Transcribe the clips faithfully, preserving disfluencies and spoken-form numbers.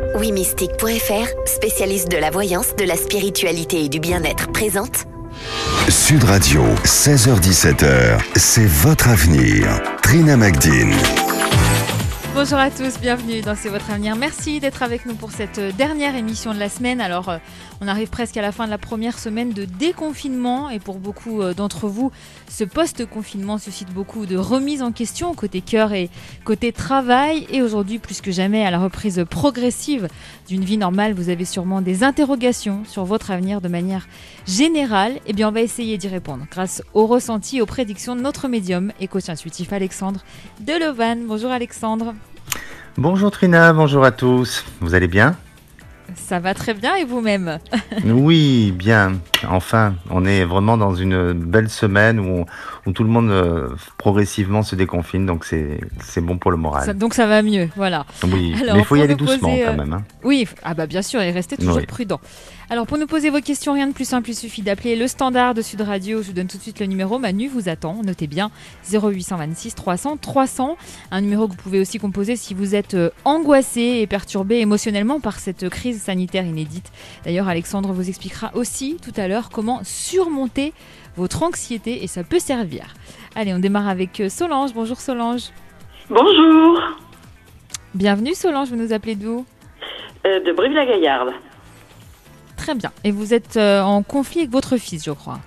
oui mystique point f r, spécialiste de la voyance, de la spiritualité et du bien-être, présente Sud Radio, seize heures dix-sept heures, c'est votre avenir. Trina Magdine. Bonjour à tous, bienvenue dans C'est votre avenir. Merci d'être avec nous pour cette dernière émission de la semaine. Alors, euh, on arrive presque à la fin de la première semaine de déconfinement et pour beaucoup euh, d'entre vous, ce post-confinement suscite beaucoup de remises en question côté cœur et côté travail. Et aujourd'hui, plus que jamais, à la reprise progressive d'une vie normale, vous avez sûrement des interrogations sur votre avenir de manière générale. Eh bien, on va essayer d'y répondre grâce aux ressentis et aux prédictions de notre médium et coach intuitif Alexandre Delovan. Bonjour Alexandre. Bonjour Trina, bonjour à tous. Vous allez bien ? Ça va très bien et vous-même ? Oui, bien. Enfin, on est vraiment dans une belle semaine où, on, où tout le monde euh, progressivement se déconfine, donc c'est, c'est bon pour le moral. Ça, donc ça va mieux, voilà. Oui, alors, mais il faut y aller poser, doucement euh, quand même. Hein. Oui, ah bah bien sûr, et restez toujours oui. prudent. Alors pour nous poser vos questions, rien de plus simple, il suffit d'appeler le standard de Sud Radio. Je vous donne tout de suite le numéro, Manu vous attend, notez bien zéro huit cent vingt-six trois cents trois cents. Un numéro que vous pouvez aussi composer si vous êtes euh, angoissé et perturbé émotionnellement par cette crise sanitaire inédite. D'ailleurs, Alexandre vous expliquera aussi tout à l'heure comment surmonter votre anxiété et ça peut servir. Allez, on démarre avec Solange. Bonjour Solange. Bonjour. Bienvenue Solange, vous nous appelez d'où ? euh, De Brive-la-Gaillarde. Très bien. Et vous êtes euh, en conflit avec votre fils, je crois.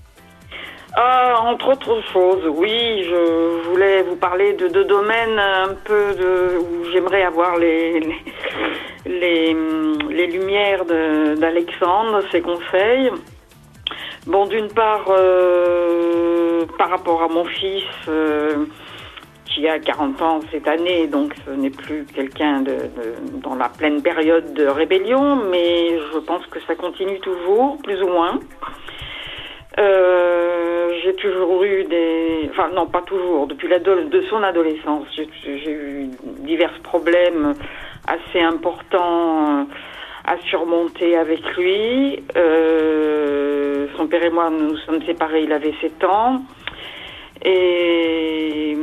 Euh, entre autres choses, oui, je voulais vous parler de deux domaines un peu de, où j'aimerais avoir les, les, les, les lumières de, d'Alexandre, ses conseils. Bon, d'une part, euh, par rapport à mon fils, euh, qui a quarante ans cette année, donc ce n'est plus quelqu'un de, de, dans la pleine période de rébellion, mais je pense que ça continue toujours, plus ou moins. Euh, j'ai toujours eu des... Enfin, non, pas toujours. Depuis l'ado... de son adolescence, j'ai, j'ai eu divers problèmes assez importants à surmonter avec lui. Euh, son père et moi, nous sommes séparés, il avait sept ans. Et...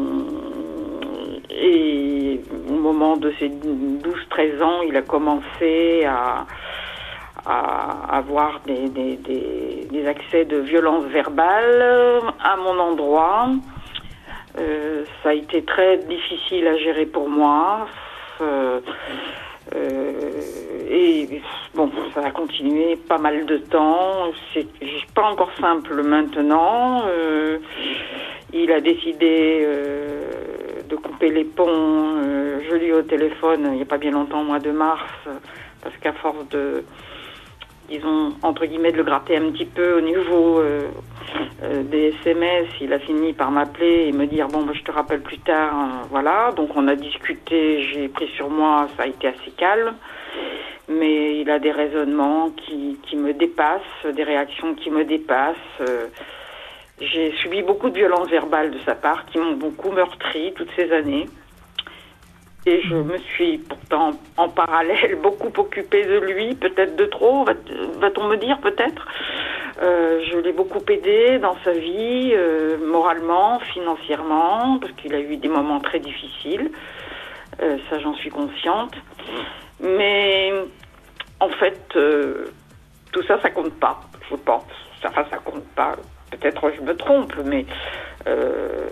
Et au moment de ses douze treize ans, il a commencé à... à avoir des, des, des, des accès de violence verbale à mon endroit. Euh, ça a été très difficile à gérer pour moi. Euh, euh, et bon, ça a continué pas mal de temps. C'est pas encore simple maintenant. Euh, il a décidé euh, de couper les ponts. Euh, je l'ai eu au téléphone il n'y a pas bien longtemps, au mois de mars, parce qu'à force de disons, entre guillemets, de le gratter un petit peu au niveau euh, euh, des S M S. Il a fini par m'appeler et me dire « Bon, bah, je te rappelle plus tard. Euh, » Voilà, donc on a discuté, j'ai pris sur moi, ça a été assez calme. Mais il a des raisonnements qui, qui me dépassent, des réactions qui me dépassent. Euh, j'ai subi beaucoup de violences verbales de sa part qui m'ont beaucoup meurtri toutes ces années. Et je me suis pourtant en parallèle beaucoup occupée de lui, peut-être de trop, va, va-t-on me dire peut-être. Euh, je l'ai beaucoup aidé dans sa vie, euh, moralement, financièrement, parce qu'il a eu des moments très difficiles. Euh, ça, j'en suis consciente. Mais en fait, euh, tout ça, ça compte pas, je pense. Enfin, ça compte pas. Peut-être je me trompe, mais euh,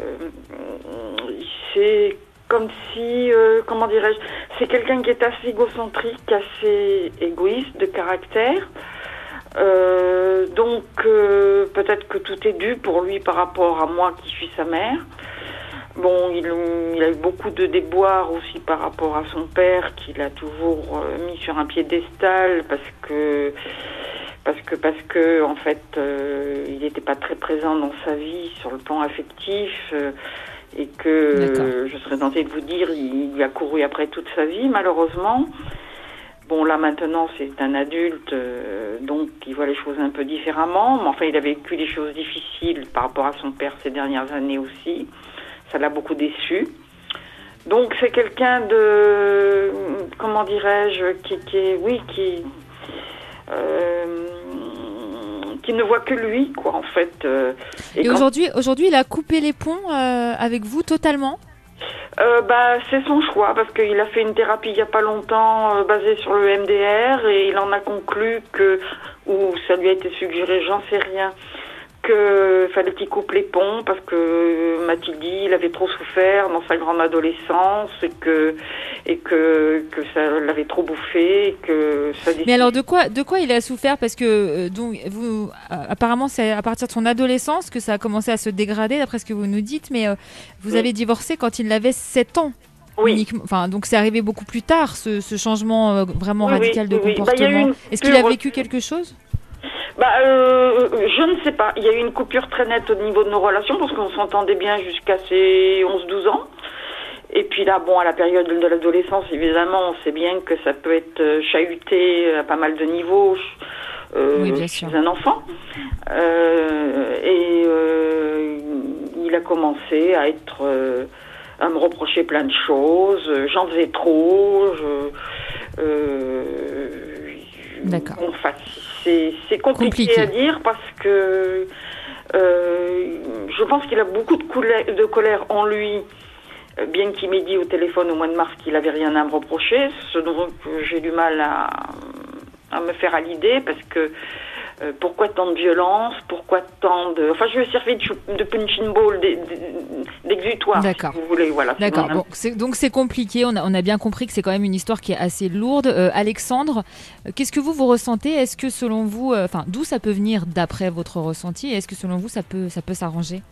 c'est comme si, euh, comment dirais-je, c'est quelqu'un qui est assez égocentrique, assez égoïste de caractère. Euh, donc, euh, peut-être que tout est dû pour lui par rapport à moi qui suis sa mère. Bon, il, il a eu beaucoup de déboires aussi par rapport à son père, qu'il a toujours euh, mis sur un piédestal parce que, parce que, parce que, en fait, euh, il n'était pas très présent dans sa vie sur le plan affectif. Euh, et que euh, je serais tentée de vous dire, il, il a couru après toute sa vie, malheureusement. Bon, là, maintenant, c'est un adulte, euh, donc il voit les choses un peu différemment. Mais enfin, il a vécu des choses difficiles par rapport à son père ces dernières années aussi. Ça l'a beaucoup déçu. Donc, c'est quelqu'un de... Comment dirais-je qui, qui est... Oui, qui... Euh, qui ne voit que lui, quoi, en fait. Euh, et et quand... aujourd'hui, aujourd'hui, il a coupé les ponts euh, avec vous totalement ? Euh, bah, c'est son choix parce qu'il a fait une thérapie il n'y a pas longtemps euh, basée sur le M D R et il en a conclu que, ou ça lui a été suggéré, j'en sais rien, qu'il fallait qu'il coupe les ponts parce que Mathilde dit il avait trop souffert dans sa grande adolescence et que et que que ça l'avait trop bouffé et que ça. Mais alors de quoi de quoi il a souffert parce que euh, donc vous euh, apparemment c'est à partir de son adolescence que ça a commencé à se dégrader d'après ce que vous nous dites, mais euh, vous oui. avez divorcé quand il avait sept ans. Oui. Uniquement, enfin donc c'est arrivé beaucoup plus tard ce, ce changement euh, vraiment oui, radical oui, de oui. comportement. Bah, Est-ce qu'il a vécu quelque chose? Bah, euh, je ne sais pas. Il y a eu une coupure très nette au niveau de nos relations parce qu'on s'entendait bien jusqu'à ses onze douze ans. Et puis là, bon, à la période de l'adolescence, évidemment, on sait bien que ça peut être chahuté à pas mal de niveaux euh, oui, bien chez sûr. un enfant. Euh, et euh, il a commencé à être, euh, à me reprocher plein de choses. J'en faisais trop. Je, euh, D'accord. Enfin, c'est, c'est compliqué, compliqué à dire parce que euh, je pense qu'il a beaucoup de colère, de colère en lui, bien qu'il m'ait dit au téléphone au mois de mars qu'il n'avait rien à me reprocher, ce dont j'ai du mal à, à me faire à l'idée parce que euh, pourquoi tant de violence, pourquoi tant de... Enfin, je vais servir de, de punching ball, d'exutoire, D'accord. si vous voulez. Voilà, D'accord. Bon, c'est, donc c'est compliqué, on a, on a bien compris que c'est quand même une histoire qui est assez lourde. Euh, Alexandre, qu'est-ce que vous, vous ressentez? Est-ce que selon vous, enfin, euh, d'où ça peut venir d'après votre ressenti? Est-ce que selon vous, ça peut, ça peut s'arranger?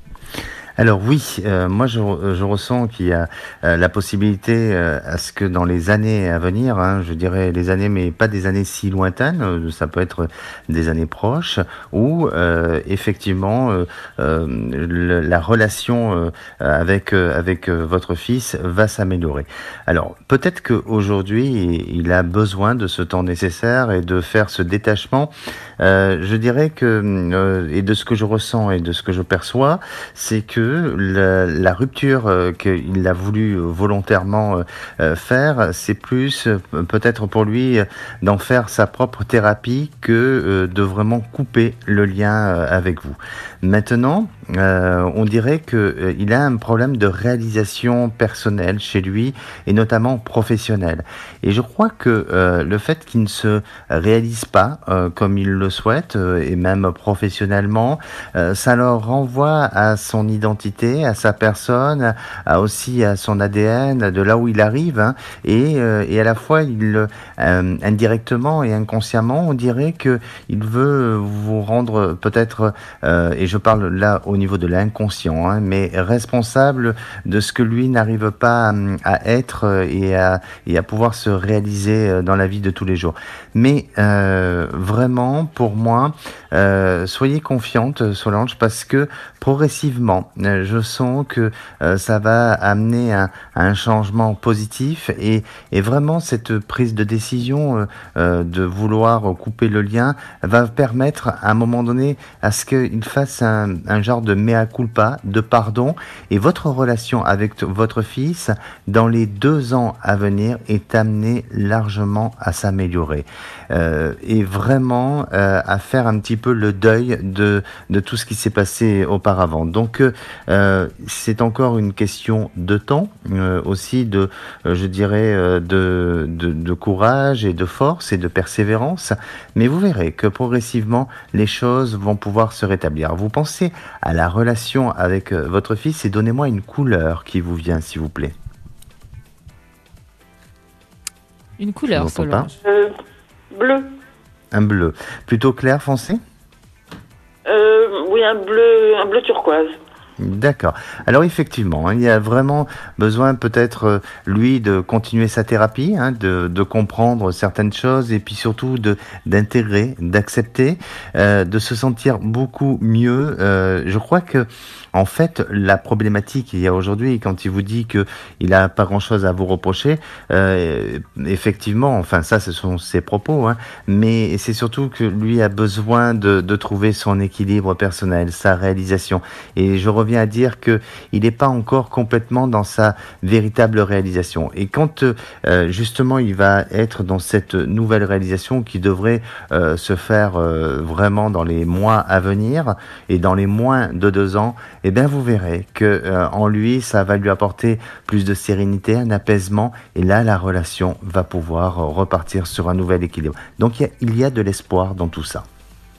Alors oui, euh, moi je, je ressens qu'il y a euh, la possibilité euh, à ce que dans les années à venir, hein, je dirais les années mais pas des années si lointaines, euh, ça peut être des années proches, où euh, effectivement euh, euh, le, la relation euh, avec euh, avec euh, votre fils va s'améliorer. Alors peut-être qu'aujourd'hui il a besoin de ce temps nécessaire et de faire ce détachement. Euh, je dirais que euh, et de ce que je ressens et de ce que je perçois, c'est que la, la rupture euh, qu'il a voulu volontairement euh, faire, c'est plus euh, peut-être pour lui euh, d'en faire sa propre thérapie que euh, de vraiment couper le lien euh, avec vous. Maintenant, euh, on dirait que euh, il a un problème de réalisation personnelle chez lui et notamment professionnelle. Et je crois que euh, le fait qu'il ne se réalise pas euh, comme il le souhaite euh, et même professionnellement, euh, ça leur renvoie à son identité, à sa personne, à aussi à son A D N, de là où il arrive, hein, et, euh, et à la fois il euh, indirectement et inconsciemment, on dirait que il veut vous rendre peut-être, euh, et je parle là au niveau de l'inconscient, hein, mais responsable de ce que lui n'arrive pas à, à être et à, et à pouvoir se réaliser dans la vie de tous les jours. Mais euh, vraiment, pour moi, euh, soyez confiante, Solange, parce que progressivement, euh, je sens que euh, ça va amener un, un changement positif et, et vraiment cette prise de décision euh, euh, de vouloir couper le lien va permettre à un moment donné à ce qu'il fasse un, un genre de mea culpa, de pardon, et votre relation avec t- votre fils dans les deux ans à venir est amenée largement à s'améliorer euh, et vraiment euh, à faire un petit peu le deuil de, de tout ce qui s'est passé auparavant. Donc euh, c'est encore une question de temps, euh, aussi de, euh, je dirais, euh, de, de, de courage et de force et de persévérance, mais vous verrez que progressivement les choses vont pouvoir se rétablir. Vous pensez à la relation avec euh, votre fils et donnez-moi une couleur qui vous vient, s'il vous plaît. Une couleur, Solange. Euh, bleu. Un bleu. Plutôt clair, foncé ? euh, Oui, un bleu, un bleu turquoise. D'accord. Alors effectivement, hein, il y a vraiment besoin peut-être euh, lui de continuer sa thérapie, hein, de, de comprendre certaines choses et puis surtout de d'intégrer, d'accepter, euh, de se sentir beaucoup mieux. Euh, je crois que en fait, la problématique qu'il y a aujourd'hui, quand il vous dit que il a pas grand-chose à vous reprocher, euh, effectivement, enfin ça, ce sont ses propos, hein, mais c'est surtout que lui a besoin de, de trouver son équilibre personnel, sa réalisation. Et je reviens à dire que il n'est pas encore complètement dans sa véritable réalisation. Et quand euh, justement il va être dans cette nouvelle réalisation qui devrait euh, se faire euh, vraiment dans les mois à venir et dans les moins de deux ans, eh bien vous verrez que euh, en lui, ça va lui apporter plus de sérénité, un apaisement, et là la relation va pouvoir euh, repartir sur un nouvel équilibre. Donc il y a, il y a de l'espoir dans tout ça.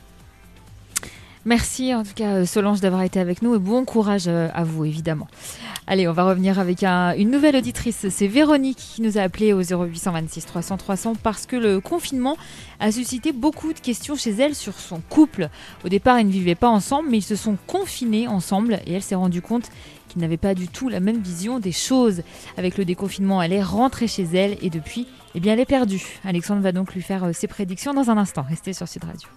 Merci en tout cas Solange d'avoir été avec nous et bon courage à vous évidemment. Allez, on va revenir avec un, une nouvelle auditrice, c'est Véronique qui nous a appelé au zéro huit cent vingt-six trois cents trois cents parce que le confinement a suscité beaucoup de questions chez elle sur son couple. Au départ, ils ne vivaient pas ensemble mais ils se sont confinés ensemble et elle s'est rendue compte qu'ils n'avaient pas du tout la même vision des choses. Avec le déconfinement, elle est rentrée chez elle et depuis, eh bien, elle est perdue. Alexandre va donc lui faire ses prédictions dans un instant. Restez sur Sud Radio.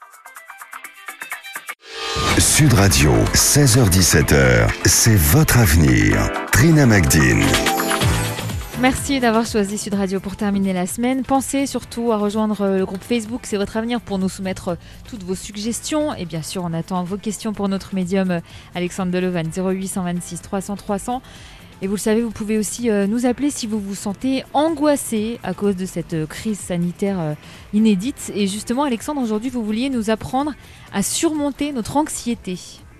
Sud Radio, seize heures dix-sept heures, c'est votre avenir. Trina Magdine. Merci d'avoir choisi Sud Radio pour terminer la semaine. Pensez surtout à rejoindre le groupe Facebook C'est votre avenir pour nous soumettre toutes vos suggestions. Et bien sûr, on attend vos questions pour notre médium Alexandre Delevan, zéro huit cent vingt-six trois cents trois cents. Et vous le savez, vous pouvez aussi euh, nous appeler si vous vous sentez angoissé à cause de cette euh, crise sanitaire euh, inédite. Et justement, Alexandre, aujourd'hui, vous vouliez nous apprendre à surmonter notre anxiété.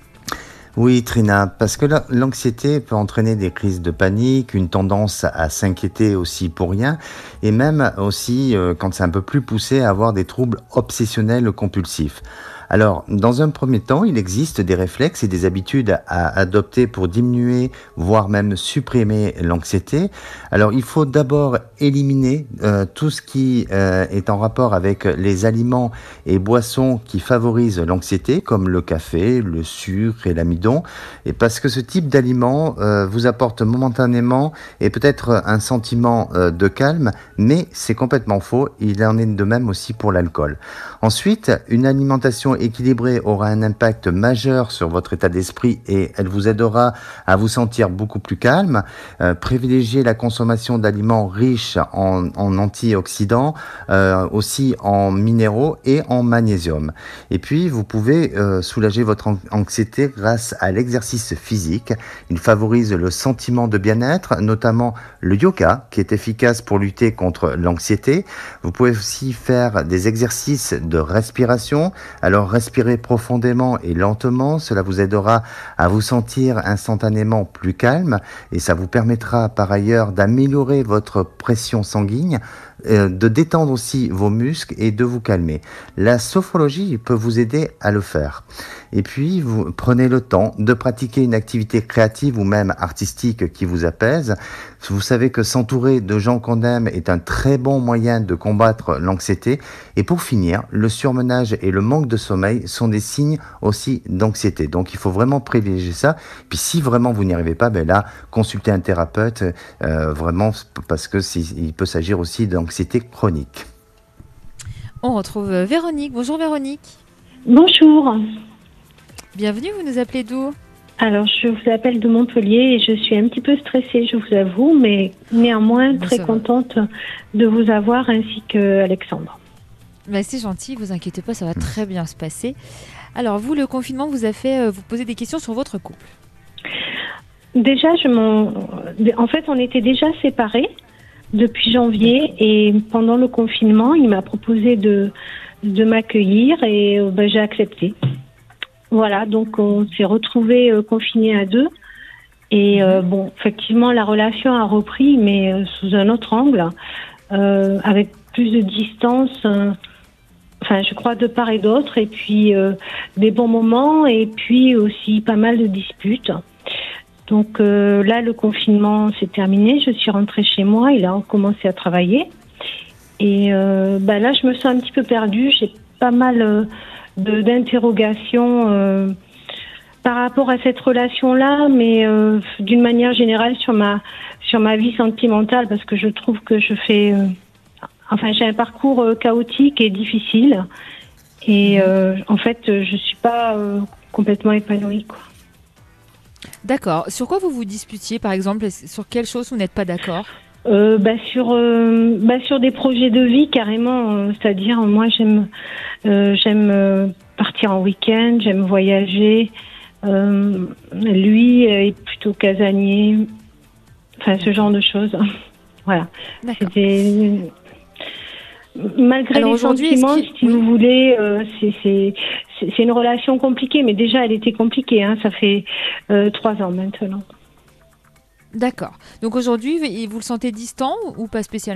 Oui, Trina, parce que là, l'anxiété peut entraîner des crises de panique, une tendance à s'inquiéter aussi pour rien, et même aussi, euh, quand c'est un peu plus poussé, à avoir des troubles obsessionnels compulsifs. Alors, dans un premier temps, il existe des réflexes et des habitudes à adopter pour diminuer, voire même supprimer l'anxiété. Alors, il faut d'abord éliminer euh, tout ce qui euh, est en rapport avec les aliments et boissons qui favorisent l'anxiété, comme le café, le sucre et l'amidon. Et parce que ce type d'aliments euh, vous apporte momentanément et peut-être un sentiment euh, de calme, mais c'est complètement faux. Il en est de même aussi pour l'alcool. Ensuite, une alimentation équilibrée aura un impact majeur sur votre état d'esprit et elle vous aidera à vous sentir beaucoup plus calme. Euh, privilégiez la consommation d'aliments riches en, en antioxydants, euh, aussi en minéraux et en magnésium. Et puis, vous pouvez euh, soulager votre anxiété grâce à l'exercice physique. Il favorise le sentiment de bien-être, notamment le yoga, qui est efficace pour lutter contre l'anxiété. Vous pouvez aussi faire des exercices de respiration. Alors, respirez profondément et lentement, cela vous aidera à vous sentir instantanément plus calme et ça vous permettra par ailleurs d'améliorer votre pression sanguine, euh, de détendre aussi vos muscles et de vous calmer. La sophrologie peut vous aider à le faire. Et puis, vous prenez le temps de pratiquer une activité créative ou même artistique qui vous apaise. Vous savez que s'entourer de gens qu'on aime est un très bon moyen de combattre l'anxiété. Et pour finir, le surmenage et le manque de sommeil sont des signes aussi d'anxiété. Donc, il faut vraiment privilégier ça. Puis, si vraiment vous n'y arrivez pas, ben là, consultez un thérapeute, euh, vraiment, parce que il peut s'agir aussi d'anxiété chronique. On retrouve Véronique. Bonjour Véronique. Bonjour. Bienvenue, vous nous appelez d'où ? Alors, je vous appelle de Montpellier et je suis un petit peu stressée, je vous avoue, mais néanmoins bon, très contente de vous avoir ainsi qu'Alexandre. Bah, c'est gentil, vous inquiétez pas, ça va très bien se passer. Alors, vous, le confinement vous a fait euh, vous poser des questions sur votre couple ? Déjà, je m'en... en fait, on était déjà séparés depuis janvier et pendant le confinement, il m'a proposé de, de m'accueillir et euh, bah, j'ai accepté. Voilà, donc on s'est retrouvés euh, confinés à deux. Et euh, bon, effectivement, la relation a repris, mais euh, sous un autre angle, euh, avec plus de distance, euh, enfin, je crois de part et d'autre, et puis euh, des bons moments, et puis aussi pas mal de disputes. Donc euh, là, le confinement s'est terminé, je suis rentrée chez moi, il a recommencé à travailler. Et euh, bah là, je me sens un petit peu perdue, j'ai pas mal... Euh, De, d'interrogations euh, par rapport à cette relation-là, mais euh, d'une manière générale sur ma sur ma vie sentimentale, parce que je trouve que je fais, euh, enfin j'ai un parcours euh, chaotique et difficile, et euh, en fait je suis pas euh, complètement épanouie, quoi. D'accord. Sur quoi vous vous disputiez, par exemple ? Sur quelle chose vous n'êtes pas d'accord ? Euh, bah sur euh, bah sur des projets de vie carrément, euh, c'est-à-dire moi j'aime euh, j'aime euh, partir en week-end, j'aime voyager, euh, lui est plutôt casanier, enfin ce genre de choses. Voilà. C'était... Malgré Alors les sentiments, si oui. vous voulez, euh, c'est, c'est, c'est, c'est une relation compliquée, mais déjà elle était compliquée, hein, ça fait euh, trois ans maintenant. D'accord. Donc aujourd'hui, vous le sentez distant ou pas spécialement ?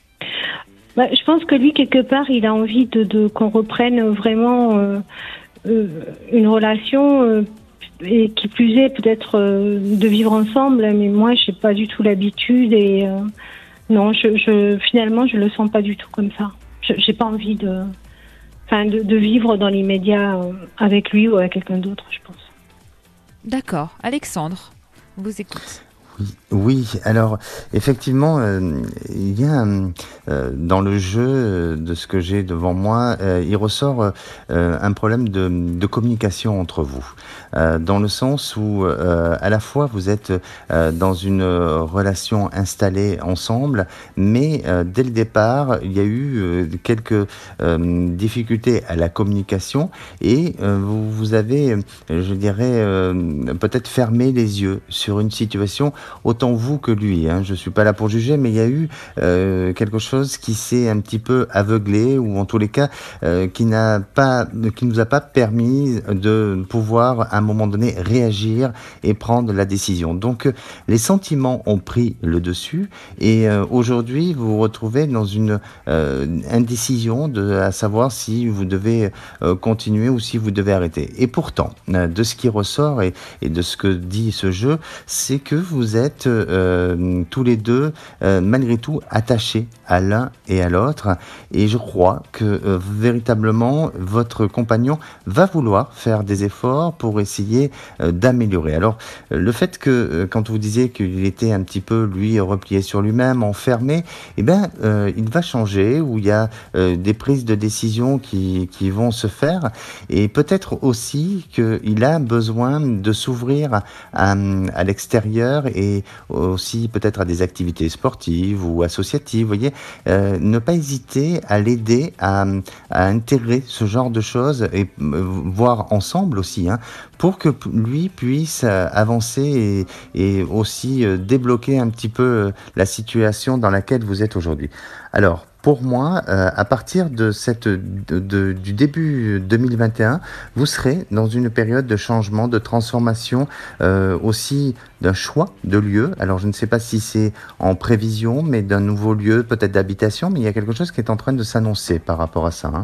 Bah, je pense que lui, quelque part, il a envie de, de qu'on reprenne vraiment euh, euh, une relation, euh, et qui plus est peut-être euh, de vivre ensemble. Mais moi, j'ai pas du tout l'habitude et euh, non, je, je finalement, je le sens pas du tout comme ça. Je, j'ai pas envie de, enfin, de, de vivre dans l'immédiat euh, avec lui ou avec quelqu'un d'autre, je pense. D'accord. Alexandre, on vous écoute. Oui, oui, alors effectivement, euh, il y a euh, dans le jeu de ce que j'ai devant moi, euh, il ressort euh, un problème de, de communication entre vous, euh, dans le sens où euh, à la fois vous êtes euh, dans une relation installée ensemble, mais euh, dès le départ, il y a eu euh, quelques euh, difficultés à la communication et euh, vous, vous avez, je dirais, euh, peut-être fermé les yeux sur une situation. Autant vous que lui, hein. Je suis pas là pour juger, mais il y a eu euh, quelque chose qui s'est un petit peu aveuglé, ou en tous les cas euh, qui n'a pas, qui nous a pas permis de pouvoir à un moment donné réagir et prendre la décision. Donc euh, les sentiments ont pris le dessus, et euh, aujourd'hui vous vous retrouvez dans une euh, indécision de à savoir si vous devez euh, continuer ou si vous devez arrêter. Et pourtant, euh, de ce qui ressort et, et de ce que dit ce jeu, c'est que vous êtes êtes euh, tous les deux euh, malgré tout attachés à l'un et à l'autre, et je crois que euh, véritablement votre compagnon va vouloir faire des efforts pour essayer euh, d'améliorer. Alors euh, le fait que euh, quand vous disiez qu'il était un petit peu lui replié sur lui-même, enfermé, eh ben euh, il va changer, où il y a euh, des prises de décision qui, qui vont se faire, et peut-être aussi qu'il a besoin de s'ouvrir à, à l'extérieur et Et aussi peut-être à des activités sportives ou associatives, vous voyez, euh, ne pas hésiter à l'aider à, à intégrer ce genre de choses et euh, voir ensemble aussi, hein, pour que lui puisse avancer et, et aussi euh, débloquer un petit peu la situation dans laquelle vous êtes aujourd'hui. Alors, pour moi, euh, à partir de cette, de, de, du début deux mille vingt et un, vous serez dans une période de changement, de transformation, euh, aussi d'un choix de lieu. Alors, je ne sais pas si c'est en prévision, mais d'un nouveau lieu, peut-être d'habitation, mais il y a quelque chose qui est en train de s'annoncer par rapport à ça, hein.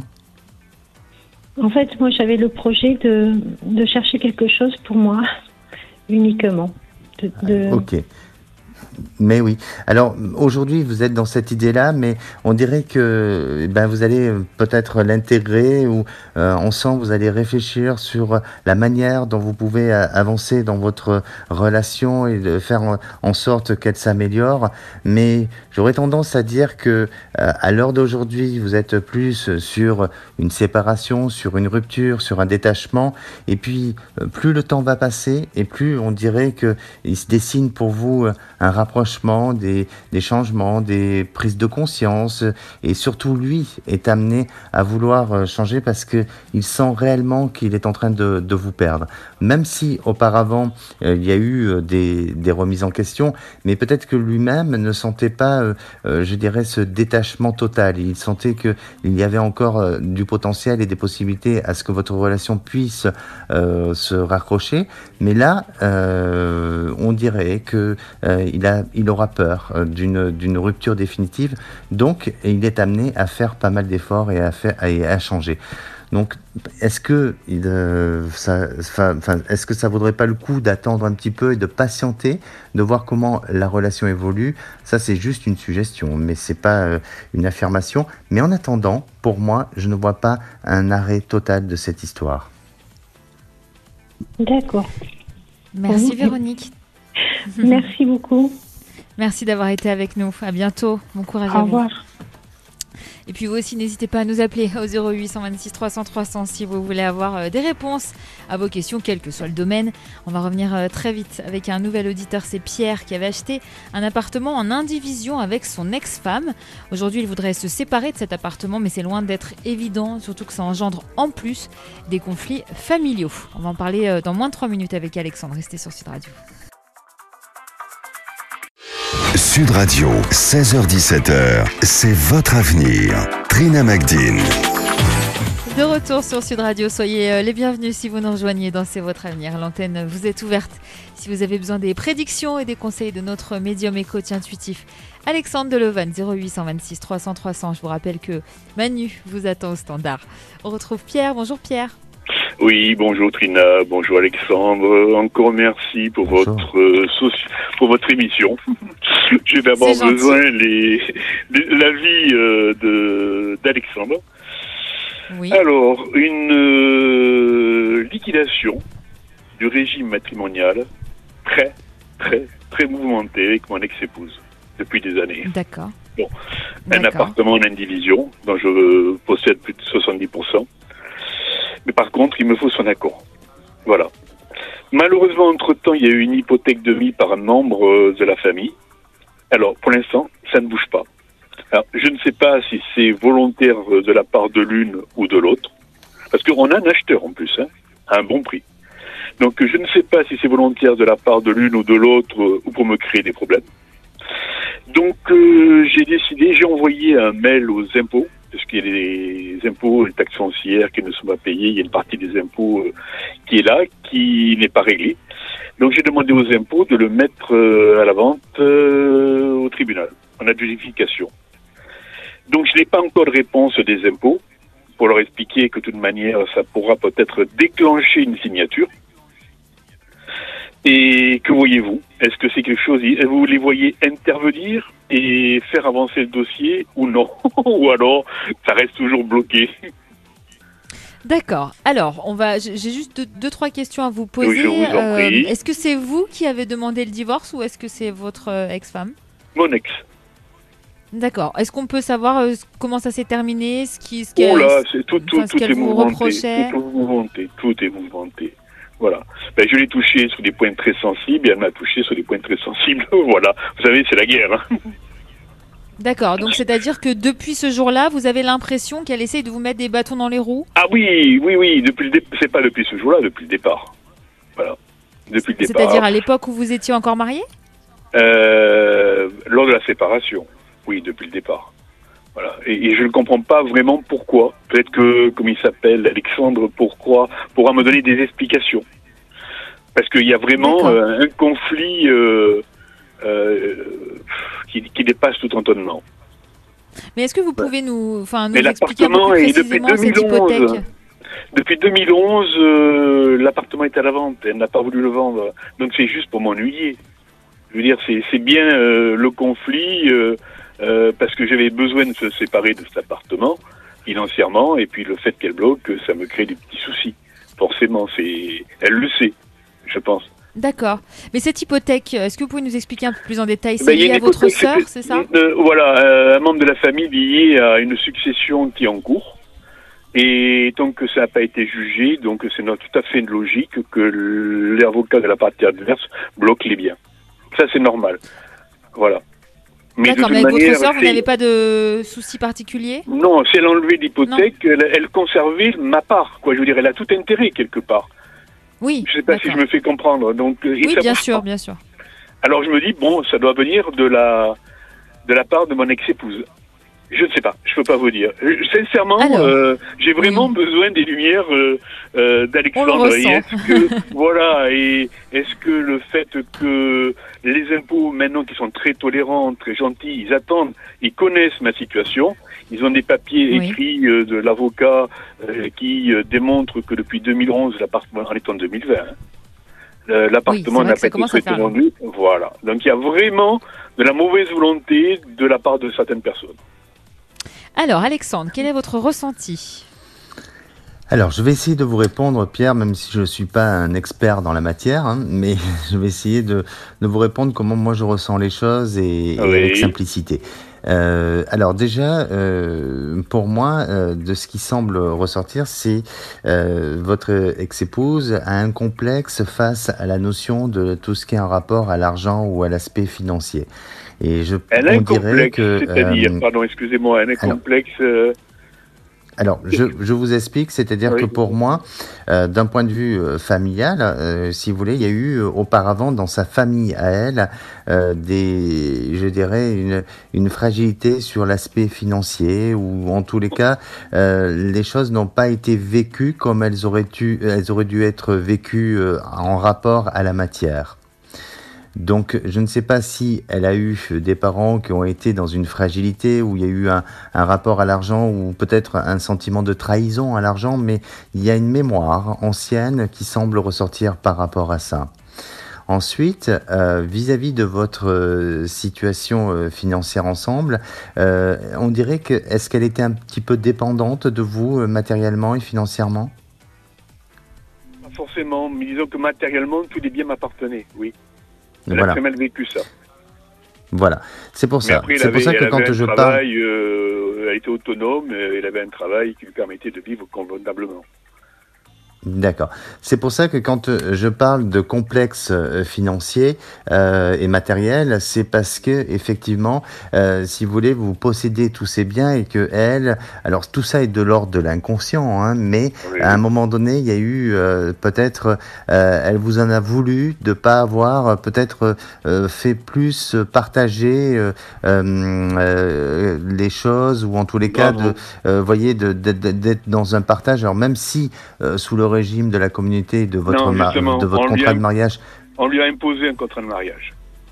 En fait, moi, j'avais le projet de, de chercher quelque chose pour moi, uniquement. De, de... Ok. Mais oui. Alors aujourd'hui, vous êtes dans cette idée-là, mais on dirait que ben vous allez peut-être l'intégrer, ou euh, ensemble vous allez réfléchir sur la manière dont vous pouvez avancer dans votre relation et de faire en, en sorte qu'elle s'améliore. Mais j'aurais tendance à dire que euh, à l'heure d'aujourd'hui, vous êtes plus sur une séparation, sur une rupture, sur un détachement. Et puis euh, plus le temps va passer, et plus on dirait que il se dessine pour vous un rapprochement, des, des changements, des prises de conscience, et surtout lui est amené à vouloir changer parce que il sent réellement qu'il est en train de, de vous perdre. Même si auparavant euh, il y a eu des, des remises en question, mais peut-être que lui-même ne sentait pas, euh, euh, je dirais, ce détachement total. Il sentait que il y avait encore euh, du potentiel et des possibilités à ce que votre relation puisse euh, se raccrocher. Mais là, euh, on dirait que euh, il a, il aura peur d'une, d'une rupture définitive, donc il est amené à faire pas mal d'efforts et à faire, et à changer. Donc, est-ce que euh, ça, enfin, est-ce que ça vaudrait pas le coup d'attendre un petit peu et de patienter, de voir comment la relation évolue? Ça, c'est juste une suggestion, mais c'est pas euh, une affirmation. Mais en attendant, pour moi, je ne vois pas un arrêt total de cette histoire. D'accord. Merci Véronique. Merci beaucoup. Merci d'avoir été avec nous. À bientôt. Bon courage à vous. Au revoir. Et puis vous aussi, n'hésitez pas à nous appeler au zéro huit cent vingt-six trois cents trois cents si vous voulez avoir des réponses à vos questions, quel que soit le domaine. On va revenir très vite avec un nouvel auditeur, c'est Pierre, qui avait acheté un appartement en indivision avec son ex-femme. Aujourd'hui, il voudrait se séparer de cet appartement, mais c'est loin d'être évident, surtout que ça engendre en plus des conflits familiaux. On va en parler dans moins de trois minutes avec Alexandre. Restez sur Sud Radio. Sud Radio, seize heures dix-sept heures, c'est votre avenir. Trina Magdine. De retour sur Sud Radio, soyez euh, les bienvenus si vous nous rejoignez dans C'est votre avenir. L'antenne vous est ouverte si vous avez besoin des prédictions et des conseils de notre médium et coach intuitif Alexandre Delevanne, zéro huit cent vingt-six trois cents trois cents. Je vous rappelle que Manu vous attend au standard. On retrouve Pierre. Bonjour Pierre. Oui, bonjour Trina, bonjour Alexandre. Encore merci pour Bonjour. votre euh, soci- pour votre émission. J'ai d'abord C'est gentil. besoin les, les- l'avis euh, de d'Alexandre. Oui. Alors, une euh, liquidation du régime matrimonial très, très, très mouvementée avec mon ex-épouse depuis des années. D'accord. Bon, Un D'accord. appartement en indivision dont je possède plus de soixante-dix pour cent. Mais par contre, il me faut son accord. Voilà. Malheureusement, entre-temps, il y a eu une hypothèque de vie par un membre euh, de la famille. Alors, pour l'instant, ça ne bouge pas. Alors, je ne sais pas si c'est volontaire euh, de la part de l'une ou de l'autre, parce qu'on a un acheteur en plus, hein, à un bon prix. Donc, je ne sais pas si c'est volontaire de la part de l'une ou de l'autre, euh, ou pour me créer des problèmes. Donc, euh, j'ai décidé, j'ai envoyé un mail aux impôts, parce qu'il y a des impôts et les taxes foncières qui ne sont pas payées. Il y a une partie des impôts euh, qui est là, qui n'est pas réglée. Donc, j'ai demandé aux impôts de le mettre euh, à la vente euh, au tribunal, en adjudication. Donc, je n'ai pas encore de réponse des impôts pour leur expliquer que de toute manière, ça pourra peut-être déclencher une signature. Et que voyez-vous? Est-ce que c'est quelque chose, vous les voyez intervenir et faire avancer le dossier ou non? Ou alors, ça reste toujours bloqué? D'accord. Alors, on va. J'ai juste deux, deux, trois questions à vous poser. Oui, je vous en prie. est-ce que c'est vous qui avez demandé le divorce ou est-ce que c'est votre euh, ex-femme? Mon ex. D'accord. Est-ce qu'on peut savoir euh, comment ça s'est terminé, ce qui, ce qu'elle, Oh là, c'est tout, tout, enfin, ce tout qu'elle est vous mouvementé. reprochait? Tout est mouvementé. Tout est mouvementé. Voilà. Ben, je l'ai touché sur des points très sensibles et elle m'a touché sur des points très sensibles. Voilà. Vous savez, c'est la guerre. Hein. D'accord. Donc, c'est-à-dire que depuis ce jour-là, vous avez l'impression qu'elle essaye de vous mettre des bâtons dans les roues? Ah oui, oui, oui. Depuis le dé... C'est pas depuis ce jour-là, depuis le départ. Voilà. Depuis le départ. C'est-à-dire à l'époque où vous étiez encore mariés? Euh, lors de la séparation. Oui, depuis le départ. Voilà. Et, et je ne comprends pas vraiment pourquoi. Peut-être que, comme il s'appelle, Alexandre, pourquoi, pourra me donner des explications. Parce qu'il y a vraiment euh, un conflit euh, euh, qui, qui dépasse tout entendement. Mais est-ce que vous pouvez nous, enfin, nous Mais expliquer un peu l'appartement plus est depuis précisément cette deux mille onze. hypothèque? Depuis deux mille onze, euh, l'appartement est à la vente. Elle n'a pas voulu le vendre. Donc c'est juste pour m'ennuyer. Je veux dire, c'est, c'est bien euh, le conflit... Euh, Euh, parce que j'avais besoin de se séparer de cet appartement financièrement, et puis le fait qu'elle bloque, ça me crée des petits soucis. Forcément, c'est, elle le sait, je pense. D'accord. Mais cette hypothèque, est-ce que vous pouvez nous expliquer un peu plus en détail? C'est Ben, lié à votre sœur, c'est ça? euh, Voilà, euh, un membre de la famille lié à une succession qui est en cours. Et tant que ça n'a pas été jugé, donc c'est tout à fait logique que l'avocat de la partie adverse bloque les biens. Ça, c'est normal. Voilà. Mais D'accord, mais avec manière, votre sœur, vous n'avez pas de soucis particuliers? Non, si elle enlevait l'hypothèque, elle, elle conservait ma part. Quoi. Je veux dire, elle a tout intérêt quelque part. Oui. Je ne sais pas si je me fais comprendre. Donc, et oui, ça bien sûr, pas. bien sûr. Alors je me dis, bon, ça doit venir de la, de la part de mon ex-épouse. Je ne sais pas, je peux pas vous dire. Sincèrement, euh, j'ai vraiment oui. besoin des lumières euh, euh, d'Alexandre. Et est-ce que, voilà, et est-ce que le fait que les impôts maintenant qui sont très tolérants, très gentils, ils attendent, ils connaissent ma situation, ils ont des papiers oui. écrits euh, de l'avocat euh, qui euh, démontrent que depuis deux mille onze, l'appartement en est en deux mille vingt. Hein. L'appartement oui, n'a pas été souhaité vendu. Voilà. Donc il y a vraiment de la mauvaise volonté de la part de certaines personnes. Alors, Alexandre, quel est votre ressenti? Alors, je vais essayer de vous répondre, Pierre, même si je ne suis pas un expert dans la matière, hein, mais je vais essayer de, de vous répondre comment moi je ressens les choses et, oui. et avec simplicité. Euh, alors déjà, euh, pour moi, euh, de ce qui semble ressortir, c'est euh, votre ex-épouse a un complexe face à la notion de tout ce qui est en rapport à l'argent ou à l'aspect financier. Et je elle a un dirait complexe, que, c'est-à-dire, euh, pardon, excusez-moi, elle a un complexe. Euh... Alors, je, je vous explique, c'est-à-dire Oui. que pour moi, euh, d'un point de vue euh, familial, euh, si vous voulez, il y a eu euh, auparavant dans sa famille à elle euh, des, je dirais, une, une fragilité sur l'aspect financier, ou en tous les cas, euh, les choses n'ont pas été vécues comme elles auraient dû, elles auraient dû être vécues euh, en rapport à la matière. Donc, je ne sais pas si elle a eu des parents qui ont été dans une fragilité, où il y a eu un, un rapport à l'argent, ou peut-être un sentiment de trahison à l'argent, mais il y a une mémoire ancienne qui semble ressortir par rapport à ça. Ensuite, euh, vis-à-vis de votre euh, situation euh, financière ensemble, euh, on dirait que, est-ce qu'elle était un petit peu dépendante de vous, euh, matériellement et financièrement ? Pas forcément, mais disons que matériellement, tous les biens m'appartenaient, oui. Elle Voilà. a très mal vécu ça. Voilà, c'est pour Mais ça. après, C'est pour avait, ça que elle quand avait un je parle... travail, euh, elle était autonome, euh, elle avait un travail qui lui permettait de vivre convenablement. D'accord. C'est pour ça que quand euh, je parle de complexe euh, financier euh, et matériel, c'est parce que effectivement, euh, si vous voulez, vous possédez tous ces biens et que elle, alors tout ça est de l'ordre de l'inconscient, hein, mais Oui. à un moment donné, il y a eu euh, peut-être, euh, elle vous en a voulu de pas avoir euh, peut-être euh, fait plus partager euh, euh, les choses, ou en tous les cas, Bravo. de, euh, voyez, de, de, de, d'être dans un partage. Alors même si euh, sous le régime de la communauté, de votre, Non, ma- justement, de votre on lui contrat a- de mariage. On lui a imposé un contrat de mariage.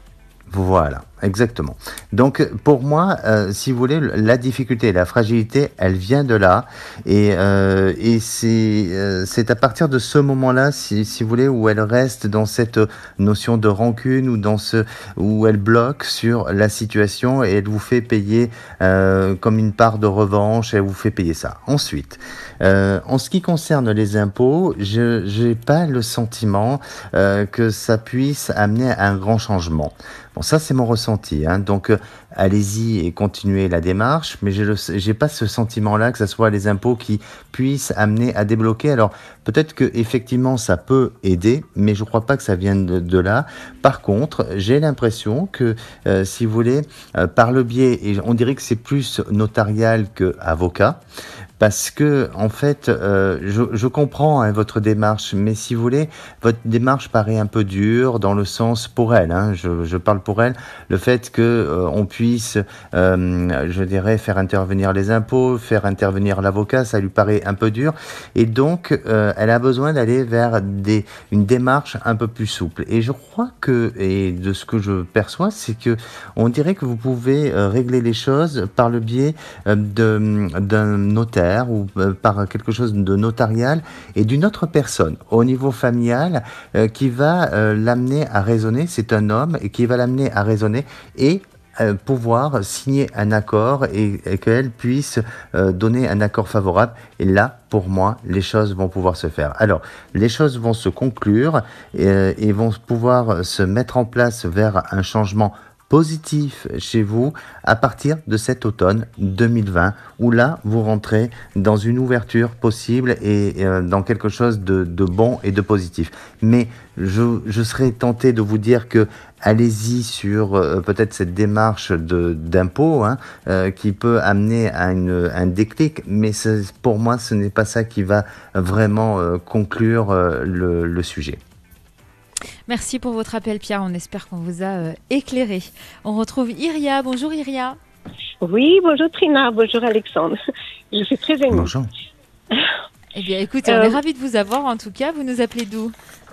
Voilà, exactement. Donc, pour moi, euh, si vous voulez, la difficulté, la fragilité, elle vient de là. Et, euh, et c'est, euh, c'est à partir de ce moment-là, si, si vous voulez, où elle reste dans cette notion de rancune, ou dans ce, où elle bloque sur la situation, et elle vous fait payer euh, comme une part de revanche, elle vous fait payer ça. Ensuite, euh, en ce qui concerne les impôts, je n'ai pas le sentiment euh, que ça puisse amener à un grand changement. Bon, ça, c'est mon ressenti, hein. Donc, euh, allez-y et continuez la démarche, mais je n'ai pas ce sentiment-là que ce soit les impôts qui puissent amener à débloquer. Alors, peut-être que effectivement ça peut aider, mais je ne crois pas que ça vienne de, de là. Par contre, j'ai l'impression que, euh, si vous voulez, euh, par le biais, et on dirait que c'est plus notarial que avocat, parce que, en fait, euh, je, je comprends hein, votre démarche, mais si vous voulez, votre démarche paraît un peu dure dans le sens pour elle. Hein, je, je parle pour elle, le fait que euh, on puisse, euh, je dirais, faire intervenir les impôts, faire intervenir l'avocat, ça lui paraît un peu dur, et donc euh, elle a besoin d'aller vers des, une démarche un peu plus souple. Et je crois que, et de ce que je perçois, c'est que on dirait que vous pouvez euh, régler les choses par le biais euh, de, d'un notaire, ou euh, par quelque chose de notarial, et d'une autre personne au niveau familial euh, qui va euh, l'amener à raisonner. C'est un homme, et qui va l'amener à raisonner et euh, pouvoir signer un accord, et, et qu'elle puisse euh, donner un accord favorable. Et là, pour moi, les choses vont pouvoir se faire. Alors, les choses vont se conclure et, et vont pouvoir se mettre en place vers un changement positif chez vous à partir de cet automne deux mille vingt, où là, vous rentrez dans une ouverture possible et euh, dans quelque chose de, de bon et de positif. Mais je, je serais tenté de vous dire que allez-y sur euh, peut-être cette démarche de, d'impôt hein, euh, qui peut amener à une, un déclic, mais pour moi, ce n'est pas ça qui va vraiment euh, conclure euh, le, le sujet. Merci pour votre appel, Pierre. On espère qu'on vous a euh, éclairé. On retrouve Iria. Bonjour, Iria. Oui, bonjour Trina, bonjour Alexandre. Je suis très émue. Bonjour. Eh bien, écoutez, on Euh, est ravis de vous avoir. En tout cas, vous nous appelez d'où ?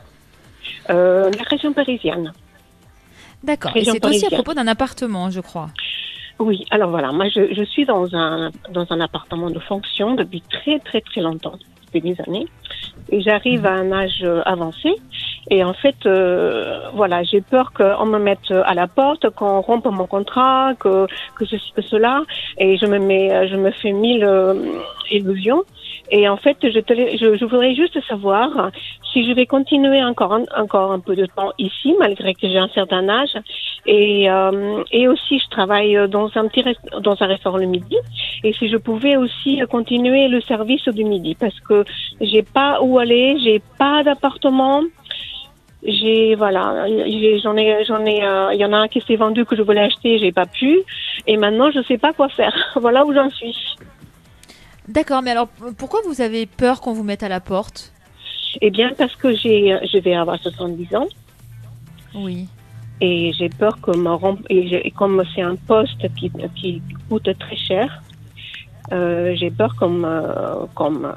Euh, la région parisienne. D'accord. Et Région c'est aussi à parisienne. propos d'un appartement, je crois. Oui, alors voilà, moi je, je suis dans un, dans un appartement de fonction depuis très très très longtemps, depuis des années. Et j'arrive à un âge euh, avancé. Et en fait, euh, voilà, j'ai peur qu'on me mette à la porte, qu'on rompe mon contrat, que, que ceci, que cela. Et je me mets, je me fais mille euh, illusions. Et en fait, je, te, je, je voudrais juste savoir si je vais continuer encore, encore un peu de temps ici, malgré que j'ai un certain âge. Et, euh, et aussi, je travaille dans un petit rest, dans un restaurant le midi. Et si je pouvais aussi continuer le service du midi, parce que j'ai pas où aller, j'ai pas d'appartement. J'ai voilà, j'ai, j'en ai, j'en ai, il euh, y en a un qui s'est vendu que je voulais acheter, j'ai pas pu. Et maintenant, je sais pas quoi faire. Voilà où j'en suis. D'accord, mais alors pourquoi vous avez peur qu'on vous mette à la porte ? Eh bien, parce que j'ai, je vais avoir soixante-dix ans. Oui. Et j'ai peur que me rem... et, je... et comme c'est un poste qui, qui coûte très cher, euh, j'ai peur qu'on me... qu'on me...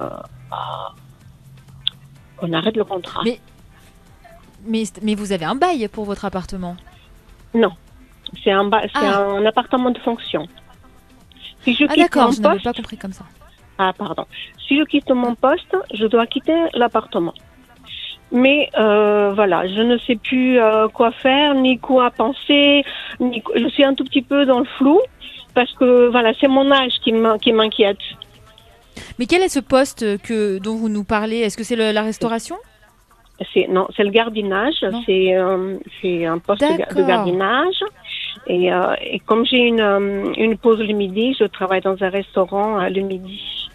qu'on arrête le contrat. Mais... mais mais vous avez un bail pour votre appartement ? Non, c'est un ba... c'est Ah. un appartement de fonction. Si je Ah quitte d'accord, mon je n'avais poste, pas compris comme ça. ah pardon, si je quitte mon poste, je dois quitter l'appartement. Mais euh, voilà, je ne sais plus euh, quoi faire, ni quoi penser, ni qu- je suis un tout petit peu dans le flou parce que voilà, c'est mon âge qui m'in- qui m'inquiète. Mais quel est ce poste que dont vous nous parlez ? Est-ce que c'est le- la restauration ? C'est non, c'est le gardinage, Non. c'est euh, c'est un poste de ga- de D'accord. gardinage. Et, euh, et comme j'ai une euh, une pause le midi, je travaille dans un restaurant euh, le midi.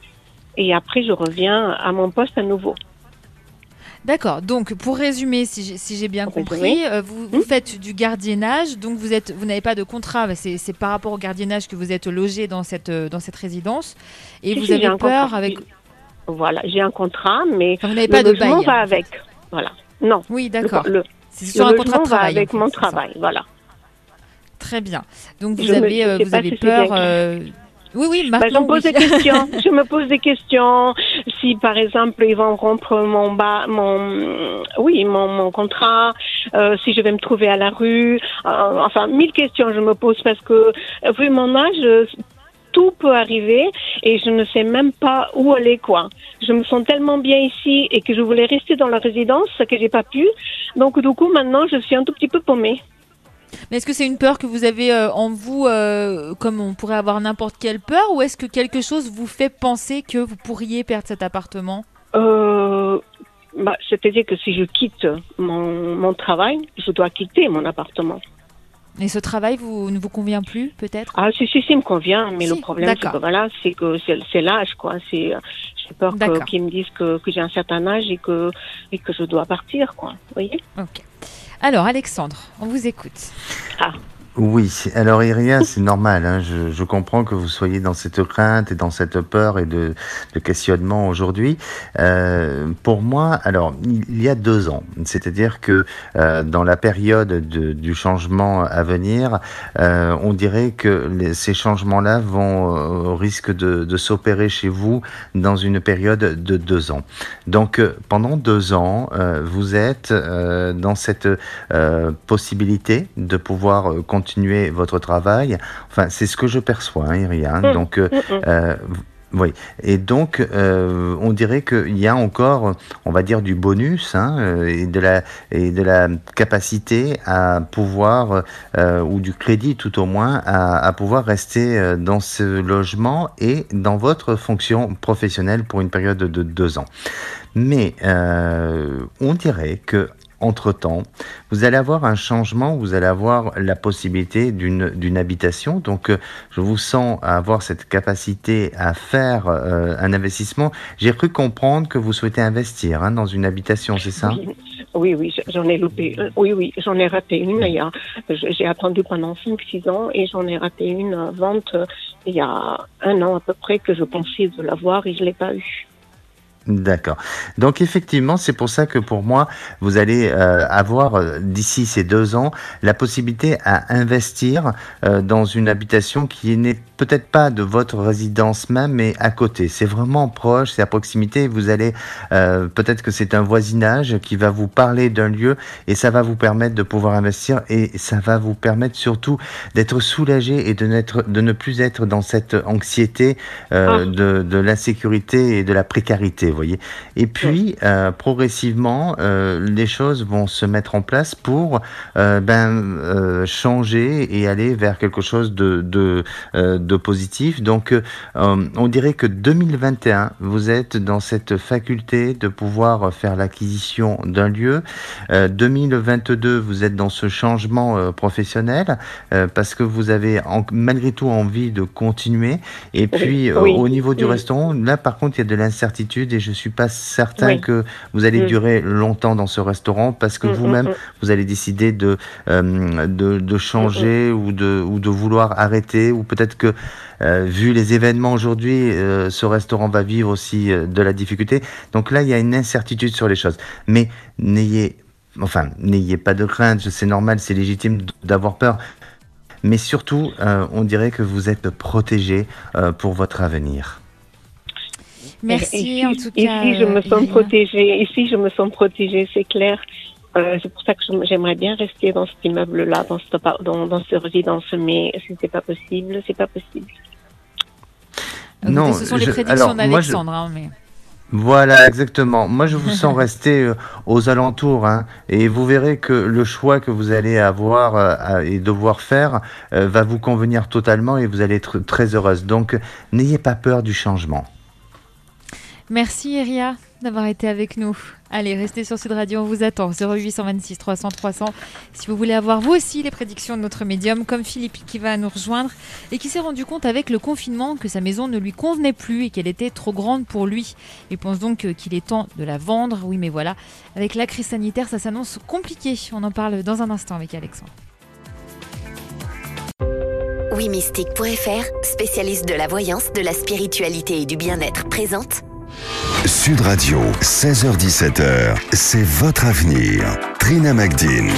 Et après, je reviens à mon poste à nouveau. D'accord. Donc, pour résumer, si j'ai, si j'ai bien Pour compris, résumer. euh, vous, vous faites du gardiennage. Donc, vous êtes, vous n'avez pas de contrat. Mais c'est, c'est par rapport au gardiennage que vous êtes logé dans cette, euh, dans cette résidence. Et Si, vous si, j'ai avez un peur contrat. avec. Voilà, j'ai un contrat, mais Enfin, vous n'avez le pas de logement bail. va avec. Voilà. Non. Oui, d'accord. Le, le, C'est sur le un contrat logement de travail. va avec en fait, mon c'est ça. travail, voilà. Très bien. Donc, vous Je me- avez, je euh, sais vous pas avez si c'est peur. bien clair. euh, Oui, oui, Bah, je maintenant. me pose oui. des questions. Je me pose des questions. Si, par exemple, ils vont rompre mon bas, mon, oui, mon, mon contrat, euh, si je vais me trouver à la rue, euh, enfin, mille questions je me pose parce que, euh, vu mon âge, euh, tout peut arriver et je ne sais même pas où aller, quoi. Je me sens tellement bien ici et que je voulais rester dans la résidence que j'ai pas pu. Donc, du coup, maintenant, je suis un tout petit peu paumée. Mais est-ce que c'est une peur que vous avez euh, en vous, euh, comme on pourrait avoir n'importe quelle peur, ou est-ce que quelque chose vous fait penser que vous pourriez perdre cet appartement ? Euh, bah, c'est-à-dire que si je quitte mon, mon travail, je dois quitter mon appartement. Et ce travail vous, ne vous convient plus, peut-être ? Ah, si, si, si, me convient, mais Si, le problème, c'est d'accord. que voilà, c'est que c'est, c'est l'âge, quoi. C'est, euh, j'ai peur que, D'accord. qu'ils me disent que, que j'ai un certain âge et que, et que je dois partir, quoi. Vous voyez ? Ok. Alors, Alexandre, on vous écoute. Ah. Oui, alors Iria, c'est normal, hein, je, je comprends que vous soyez dans cette crainte et dans cette peur et de, de questionnement aujourd'hui. Euh, pour moi, alors, il y a deux ans, c'est-à-dire que euh, dans la période de, du changement à venir, euh, on dirait que les, ces changements-là vont euh, risquent de, de s'opérer chez vous dans une période de deux ans. Donc, euh, pendant deux ans, euh, vous êtes euh, dans cette euh, possibilité de pouvoir euh, continuer continuer votre travail. Enfin, c'est ce que je perçois, hein, Iria. Mmh. Donc, euh, Mmh. euh, oui. Et donc, euh, on dirait qu'il y a encore, on va dire, du bonus hein, et de la et de la capacité à pouvoir euh, ou du crédit tout au moins à, à pouvoir rester dans ce logement et dans votre fonction professionnelle pour une période de deux ans. Mais euh, on dirait que entre-temps, vous allez avoir un changement, vous allez avoir la possibilité d'une, d'une habitation. Donc, euh, je vous sens avoir cette capacité à faire euh, un investissement. J'ai cru comprendre que vous souhaitez investir hein, dans une habitation, c'est ça ? Oui, oui, j'en ai loupé. Oui, oui, j'en ai raté une. Il y a, j'ai attendu pendant cinq six ans et j'en ai raté une vente il y a un an à peu près que je pensais de l'avoir et je ne l'ai pas eu. D'accord. Donc effectivement, c'est pour ça que pour moi, vous allez euh, avoir euh, d'ici ces deux ans la possibilité à investir euh, dans une habitation qui n'est peut-être pas de votre résidence même, mais à côté. C'est vraiment proche, c'est à proximité. Vous allez euh, peut-être que c'est un voisinage qui va vous parler d'un lieu et ça va vous permettre de pouvoir investir et ça va vous permettre surtout d'être soulagé et de, n'être, de ne plus être dans cette anxiété euh, ah. de, de l'insécurité et de la précarité. Voyez. Et puis, euh, progressivement, euh, les choses vont se mettre en place pour euh, ben, euh, changer et aller vers quelque chose de, de, euh, de positif. Donc, euh, on dirait que deux mille vingt et un, vous êtes dans cette faculté de pouvoir faire l'acquisition d'un lieu. Euh, deux mille vingt-deux, vous êtes dans ce changement euh, professionnel euh, parce que vous avez en, malgré tout envie de continuer. Et puis, oui. euh, au niveau du oui. restaurant, là, par contre, il y a de l'incertitude et je suis pas certain oui. que vous allez mmh. durer longtemps dans ce restaurant parce que mmh, vous-même mmh. vous allez décider de euh, de, de changer mmh. ou de ou de vouloir arrêter ou peut-être que euh, vu les événements aujourd'hui, euh, ce restaurant va vivre aussi euh, de la difficulté. Donc là, il y a une incertitude sur les choses. Mais n'ayez, enfin, n'ayez pas de crainte, c'est normal, c'est légitime d'avoir peur. Mais surtout, euh, on dirait que vous êtes protégé euh, pour votre avenir. Merci ici, en tout cas. Ici, je me sens Iria. protégée. Ici, je me sens protégée, c'est clair. Euh, c'est pour ça que je- j'aimerais bien rester dans cet immeuble-là, dans cette, appart- dans, dans cette résidence, mais si c'est pas possible, c'est pas possible. Écoutez, Non, ce sont les je- prédictions alors, moi, je- d'Alexandre. hein, mais... Voilà, exactement. Moi, je vous sens rester euh, aux alentours, hein, et vous verrez que le choix que vous allez avoir euh, à- et devoir faire euh, va vous convenir totalement et vous allez être très heureuse. Donc, euh, n'ayez pas peur du changement. Merci Iria d'avoir été avec nous. Allez, restez sur Sud Radio, on vous attend. zéro huit cent vingt-six trois cents trois cents. Si vous voulez avoir vous aussi les prédictions de notre médium, comme Philippe qui va nous rejoindre et qui s'est rendu compte avec le confinement que sa maison ne lui convenait plus et qu'elle était trop grande pour lui. Il pense donc euh, qu'il est temps de la vendre. Oui, mais voilà, avec la crise sanitaire, ça s'annonce compliqué. On en parle dans un instant avec Alexandre. oui mystique point f r, spécialiste de la voyance, de la spiritualité et du bien-être, présente Sud Radio, seize heures dix-sept heures, c'est votre avenir. Trina Magdine.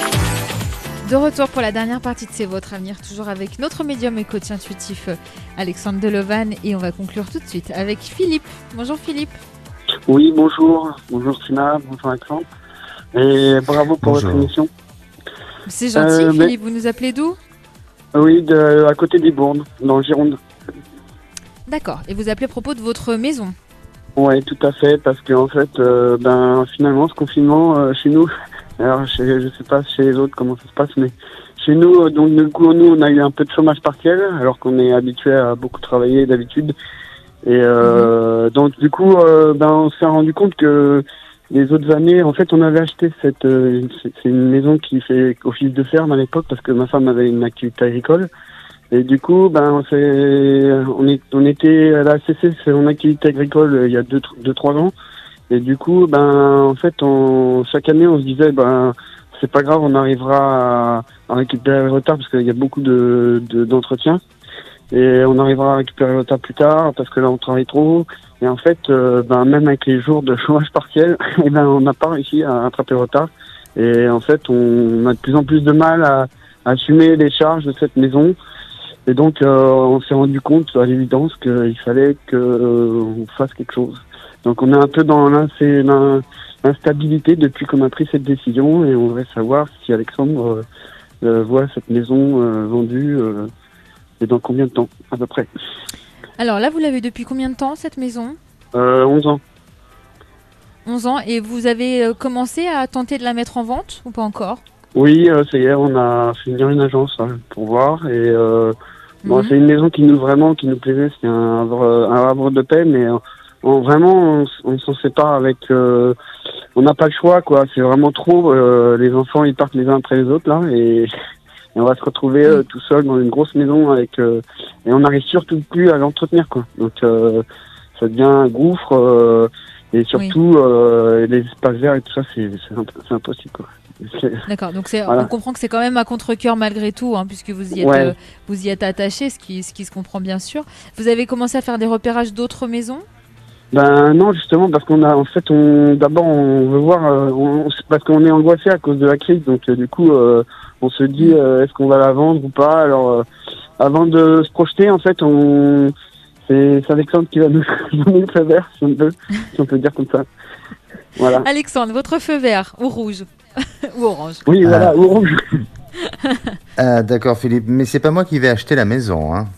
De retour pour la dernière partie de C'est votre avenir, toujours avec notre médium et coach intuitif euh, Alexandre Delovan, et on va conclure tout de suite avec Philippe. Bonjour Philippe. Oui, bonjour. Bonjour Trina, bonjour Alexandre. Et bravo pour Bonjour. votre émission. C'est gentil Euh, mais- Philippe, vous nous appelez d'où? Oui, de, à côté des Bournes, dans le Gironde. D'accord, et vous appelez à propos de votre maison. Oui, tout à fait, parce que en fait, euh, ben finalement, ce confinement euh, chez nous, alors je, je sais pas chez les autres comment ça se passe, mais chez nous, euh, donc du coup, nous, on a eu un peu de chômage partiel, alors qu'on est habitué à beaucoup travailler d'habitude. Et euh, donc du coup, euh, ben on s'est rendu compte que les autres années, en fait, on avait acheté cette, euh, c'est c'est une maison qui fait office de ferme à l'époque, parce que ma femme avait une activité agricole. Et du coup, ben, on, s'est- on, est, on était, elle a cessé son activité agricole euh, il y a deux, tr- deux, trois ans. Et du coup, ben, en fait, on, chaque année, on se disait, ben, c'est pas grave, on arrivera à, à récupérer le retard parce qu'il y a beaucoup de, de, d'entretien. Et on arrivera à récupérer le retard plus tard parce que là, on travaille trop. Et en fait, euh, ben, même avec les jours de chômage partiel, et ben, on n'a pas réussi à rattraper le retard. Et en fait, on a de plus en plus de mal à, à assumer les charges de cette maison. Et donc, euh, on s'est rendu compte à l'évidence qu'il fallait que euh, on fasse quelque chose. Donc, on est un peu dans l'insé- l'in- l'instabilité depuis qu'on a pris cette décision, et on voudrait savoir si Alexandre euh, euh, voit cette maison euh, vendue euh, et dans combien de temps, à peu près. Alors là, vous l'avez depuis combien de temps cette maison? Euh, onze ans. onze ans, et vous avez euh, commencé à tenter de la mettre en vente ou pas encore? Oui, euh, c'est hier, on a fait venir une agence hein, pour voir. Et euh, bon, Mhm. c'est une maison qui nous vraiment qui nous plaisait. C'est un havre, un havre de paix, mais euh, on, vraiment on, s- on s'en sépare avec. Euh, on n'a pas le choix, quoi. C'est vraiment trop. Euh, les enfants ils partent les uns après les autres là, et, et on va se retrouver euh, tout seul dans une grosse maison avec. Euh, et on n'arrive surtout plus à l'entretenir, quoi. Donc euh, ça devient un gouffre. Euh, et surtout euh, les espaces verts et tout ça, c'est c'est imp- c'est impossible, quoi. C'est- D'accord, donc c'est, Voilà. on comprend que c'est quand même à contre-cœur malgré tout, hein, puisque vous y êtes, Ouais. euh, vous y êtes attaché, ce qui, ce qui se comprend bien sûr. Vous avez commencé à faire des repérages d'autres maisons? Ben non, justement, parce qu'on a, en fait, on d'abord on veut voir, euh, on, parce qu'on est angoissé à cause de la crise, donc euh, du coup, euh, on se dit, euh, est-ce qu'on va la vendre ou pas? Alors, euh, avant de se projeter, en fait, on, c'est, c'est Alexandre qui va nous donner le feu vert, si on peut, si on peut dire comme ça. Voilà. Alexandre, votre feu vert ou rouge ou orange? Oui, Ah. voilà, ou rouge. Ah, d'accord, Philippe, mais c'est pas moi qui vais acheter la maison, hein.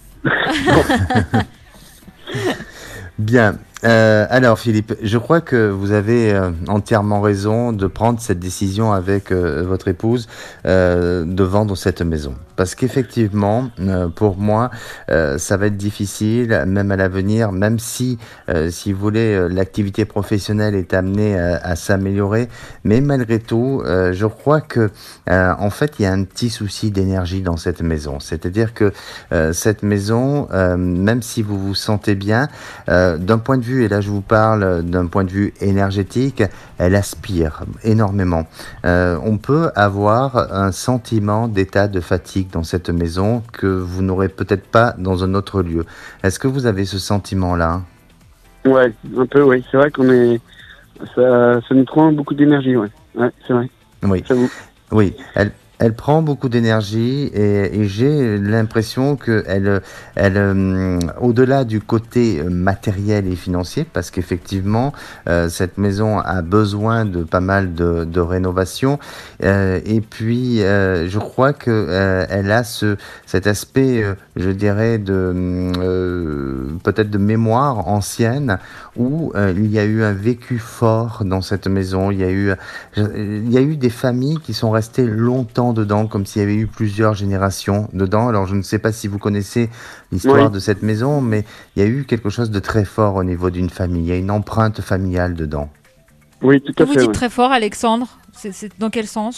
Bien. Euh, alors Philippe, je crois que vous avez euh, entièrement raison de prendre cette décision avec euh, votre épouse euh, de vendre cette maison. Parce qu'effectivement, euh, pour moi, euh, ça va être difficile, même à l'avenir, même si, euh, si vous voulez, euh, l'activité professionnelle est amenée à, à s'améliorer. Mais malgré tout, euh, je crois que, euh, en fait, il y a un petit souci d'énergie dans cette maison. C'est-à-dire que euh, cette maison, euh, même si vous vous sentez bien, euh, d'un point de vue vue, et là je vous parle d'un point de vue énergétique, elle aspire énormément. Euh, on peut avoir un sentiment d'état de fatigue dans cette maison que vous n'aurez peut-être pas dans un autre lieu. Est-ce que vous avez ce sentiment-là ? Ouais, un peu, oui. C'est vrai qu'on est... Ça, ça nous prend beaucoup d'énergie, ouais. Ouais, c'est vrai. Oui, J'avoue. oui. Elle, elle prend beaucoup d'énergie et, et j'ai l'impression qu'elle, elle, euh, au-delà du côté matériel et financier, parce qu'effectivement, euh, cette maison a besoin de pas mal de, de rénovation. Euh, et puis, euh, je crois que euh, elle a ce, cet aspect, euh, je dirais, de euh, peut-être de mémoire ancienne, où euh, il y a eu un vécu fort dans cette maison. Il y a eu, il y a eu des familles qui sont restées longtemps dedans, comme s'il y avait eu plusieurs générations dedans. Alors, je ne sais pas si vous connaissez l'histoire Oui. de cette maison, mais il y a eu quelque chose de très fort au niveau d'une famille. Il y a une empreinte familiale dedans. Oui, tout Quand à vous fait. dites ouais. très fort, Alexandre, c'est, c'est dans quel sens ?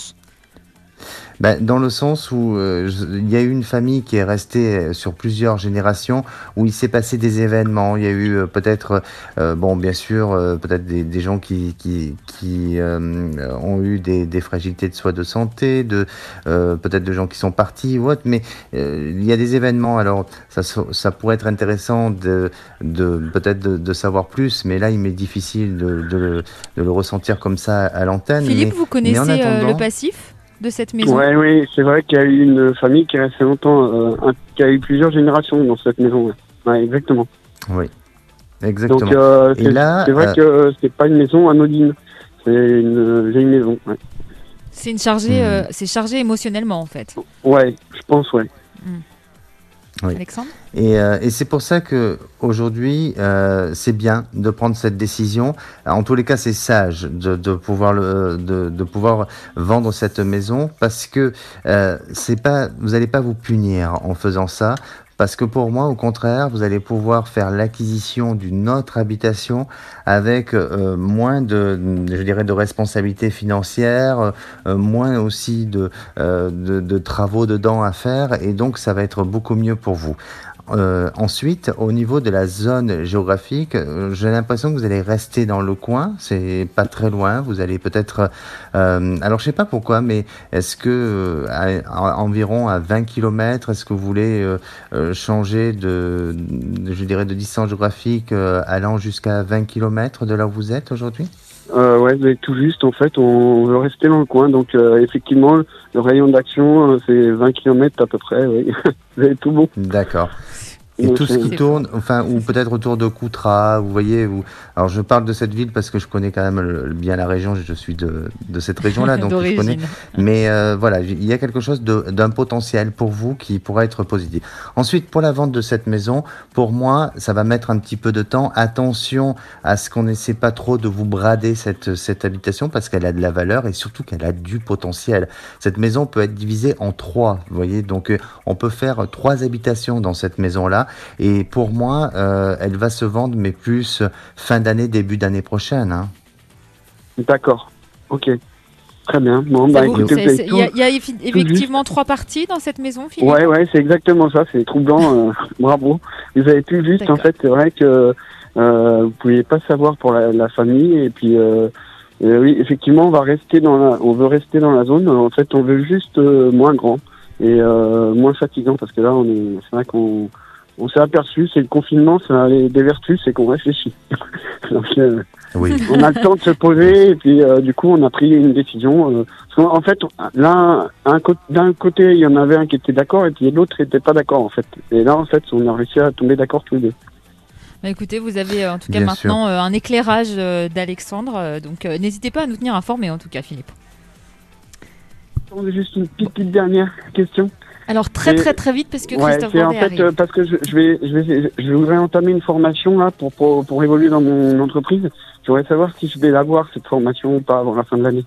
Ben, dans le sens où euh, je- il y a eu une famille qui est restée euh, sur plusieurs générations, où il s'est passé des événements. Il y a eu euh, peut-être, euh, bon, bien sûr, euh, peut-être des, des gens qui qui, qui euh, ont eu des, des fragilités de soins de santé, de euh, peut-être de gens qui sont partis ou autre. Mais euh, il y a des événements. Alors, ça so- ça pourrait être intéressant de de peut-être de, de savoir plus, mais là, il m'est difficile de, de, le- de le ressentir comme ça à l'antenne. Philippe, mais, vous mais en connaissez euh, attendant- le passif de cette maison ? Ouais, oui, c'est vrai qu'il y a eu une famille qui est restée longtemps, euh, un- qui a eu plusieurs générations dans cette maison. Ouais, ouais exactement. Oui, exactement. Donc, euh, Et c'est, là, c'est vrai euh, que c'est pas une maison anodine. C'est une vieille maison. Ouais, C'est une chargée, Hmm. euh, c'est chargé émotionnellement en fait. ouais je pense, ouais. Oui. Alexandre ? Et, euh, et c'est pour ça que aujourd'hui, euh, c'est bien de prendre cette décision. En tous les cas, c'est sage de, de pouvoir le, de, de pouvoir vendre cette maison, parce que euh, c'est pas, vous n'allez pas vous punir en faisant ça. Parce que pour moi, au contraire, vous allez pouvoir faire l'acquisition d'une autre habitation avec euh, moins de, je dirais, de responsabilités financières, euh, moins aussi de, euh, de, de travaux dedans à faire, et donc ça va être beaucoup mieux pour vous. Euh, ensuite, au niveau de la zone géographique, euh, j'ai l'impression que vous allez rester dans le coin. C'est pas très loin. Vous allez peut-être, euh, alors je sais pas pourquoi, mais est-ce que euh, à, à- environ à vingt kilomètres, est-ce que vous voulez euh, euh, changer de, de- je dirais, de distance géographique euh, allant jusqu'à vingt kilomètres de là où vous êtes aujourd'hui? Euh, ouais, vous êtes tout juste. En fait, on veut rester dans le coin. Donc, euh, effectivement, le rayon d'action, euh, c'est vingt kilomètres à peu près. Oui. Vous avez tout bon. D'accord. Et Donc, tout ce c'est- qui C'est tourne, enfin, ou peut-être autour de Coutras, vous voyez, où... alors je parle de cette ville parce que je connais quand même le- bien la région, je suis de, de cette région-là, donc je connais. D'origine. Mais euh, voilà, il y a quelque chose de- d'un potentiel pour vous qui pourra être positif. Ensuite, pour la vente de cette maison, pour moi, ça va mettre un petit peu de temps. Attention à ce qu'on n'essaie pas trop de vous brader cette, cette habitation, parce qu'elle a de la valeur et surtout qu'elle a du potentiel. Cette maison peut être divisée en trois, vous voyez, donc euh, on peut faire trois habitations dans cette maison-là. Et pour moi, euh, elle va se vendre, mais plus fin d'année, début d'année prochaine. Hein. D'accord. Ok. Très bien. Bon, Ça bah, vous- écoutez, c'est- vous avez c'est- Il tout- y a, il y a effi- effectivement trois parties dans cette maison, Philippe ? Ouais, ouais, c'est exactement ça. C'est troublant. euh, bravo. Vous avez tout juste. D'accord. En fait, c'est vrai que euh, vous pouviez pas savoir pour la, la famille. Et puis, euh, euh, oui, effectivement, on va rester dans la, on veut rester dans la zone. En fait, on veut juste euh, moins grand et euh, moins fatigant, parce que là, on est, c'est vrai qu'on, on s'est aperçu, c'est le confinement, ça a les- des vertus, c'est qu'on réfléchit. Donc, euh, Oui. on a le temps de se poser, et puis euh, du coup on a pris une décision. Euh, parce qu'en- en fait, l'un, un, cô- d'un côté il y en avait un qui était d'accord et puis l'autre n'était pas d'accord en fait. Et là en fait on a réussi à tomber d'accord tous les deux. Bah, écoutez, vous avez euh, en tout cas Bien maintenant euh, un éclairage euh, d'Alexandre, euh, donc euh, n'hésitez pas à nous tenir informés en tout cas, Philippe. Attendez, juste une petite, petite dernière question. Alors très Et- très très vite parce que Ouais, Christophe c'est en Bordet fait arrive. euh, parce que je, je vais, je vais, je voudrais entamer une formation là pour pour, pour évoluer dans mon entreprise. Je voudrais savoir si je vais l'avoir cette formation ou pas avant la fin de l'année.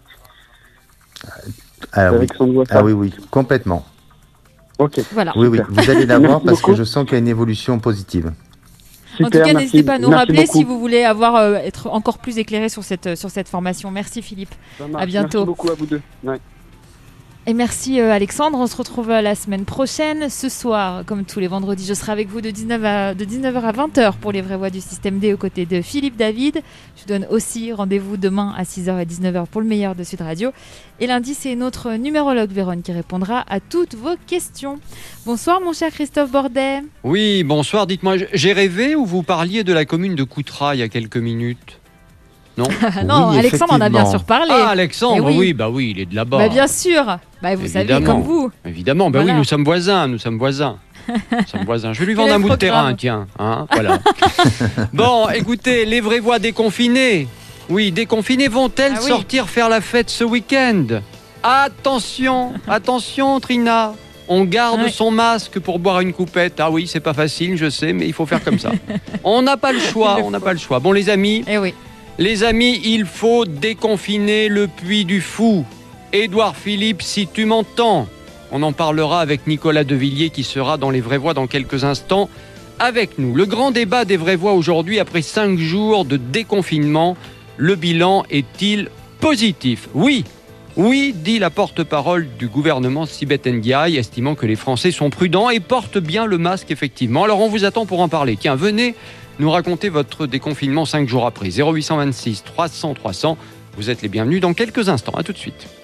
Ah, oui. Alexandre Boissard. Ah oui, oui, complètement. Ok. Voilà. Oui, oui, Super. vous allez l'avoir Merci parce que beaucoup. je sens qu'il y a une évolution positive. En tout Super, cas, merci. n'hésitez pas à nous Merci rappeler beaucoup. si vous voulez avoir euh, être encore plus éclairé sur cette sur cette formation. Merci Philippe. Ça marche. À bientôt. Merci beaucoup à vous deux. Ouais. Et merci euh, Alexandre, on se retrouve euh, la semaine prochaine. Ce soir, comme tous les vendredis, je serai avec vous de dix-neuf heures à vingt heures pour les vraies voix du système D aux côtés de Philippe David. Je vous donne aussi rendez-vous demain à six heures et dix-neuf heures pour le meilleur de Sud Radio. Et lundi, c'est notre numérologue Vérone qui répondra à toutes vos questions. Bonsoir mon cher Christophe Bordet. Oui, bonsoir, dites-moi, j'ai rêvé ou vous parliez de la commune de Coutras il y a quelques minutes ? Non, non, oui, Alexandre en a bien sûr parlé. Ah, Alexandre, oui. oui, bah oui, il est de là-bas. Bah bien sûr, bah, vous Évidemment. savez, comme vous. Évidemment, bah Voilà. oui, nous sommes voisins, nous sommes voisins. Nous sommes voisins. Je vais lui Quel vendre est un le bout de programme terrain, tiens. Hein, voilà. Bon, écoutez, les vraies voix déconfinées, oui, déconfinées, vont-elles Ah oui. sortir faire la fête ce week-end ? Attention, attention, Trina. On garde Ouais. son masque pour boire une coupette. Ah oui, c'est pas facile, je sais, mais il faut faire comme ça. On n'a pas le choix, Il le on n'a faut. pas le choix. Bon, les amis, Eh oui. les amis, il faut déconfiner le Puy du Fou. Édouard Philippe, si tu m'entends, on en parlera avec Nicolas Devilliers qui sera dans les vraies voix dans quelques instants avec nous. Le grand débat des vraies voix aujourd'hui, après cinq jours de déconfinement, le bilan est-il positif ? Oui, oui, dit la porte-parole du gouvernement Sibeth Ndiaye, estimant que les Français sont prudents et portent bien le masque effectivement. Alors on vous attend pour en parler. Tiens, venez nous raconter votre déconfinement cinq jours après. zéro huit cent vingt-six trois cents trois cents. Vous êtes les bienvenus dans quelques instants. À tout de suite.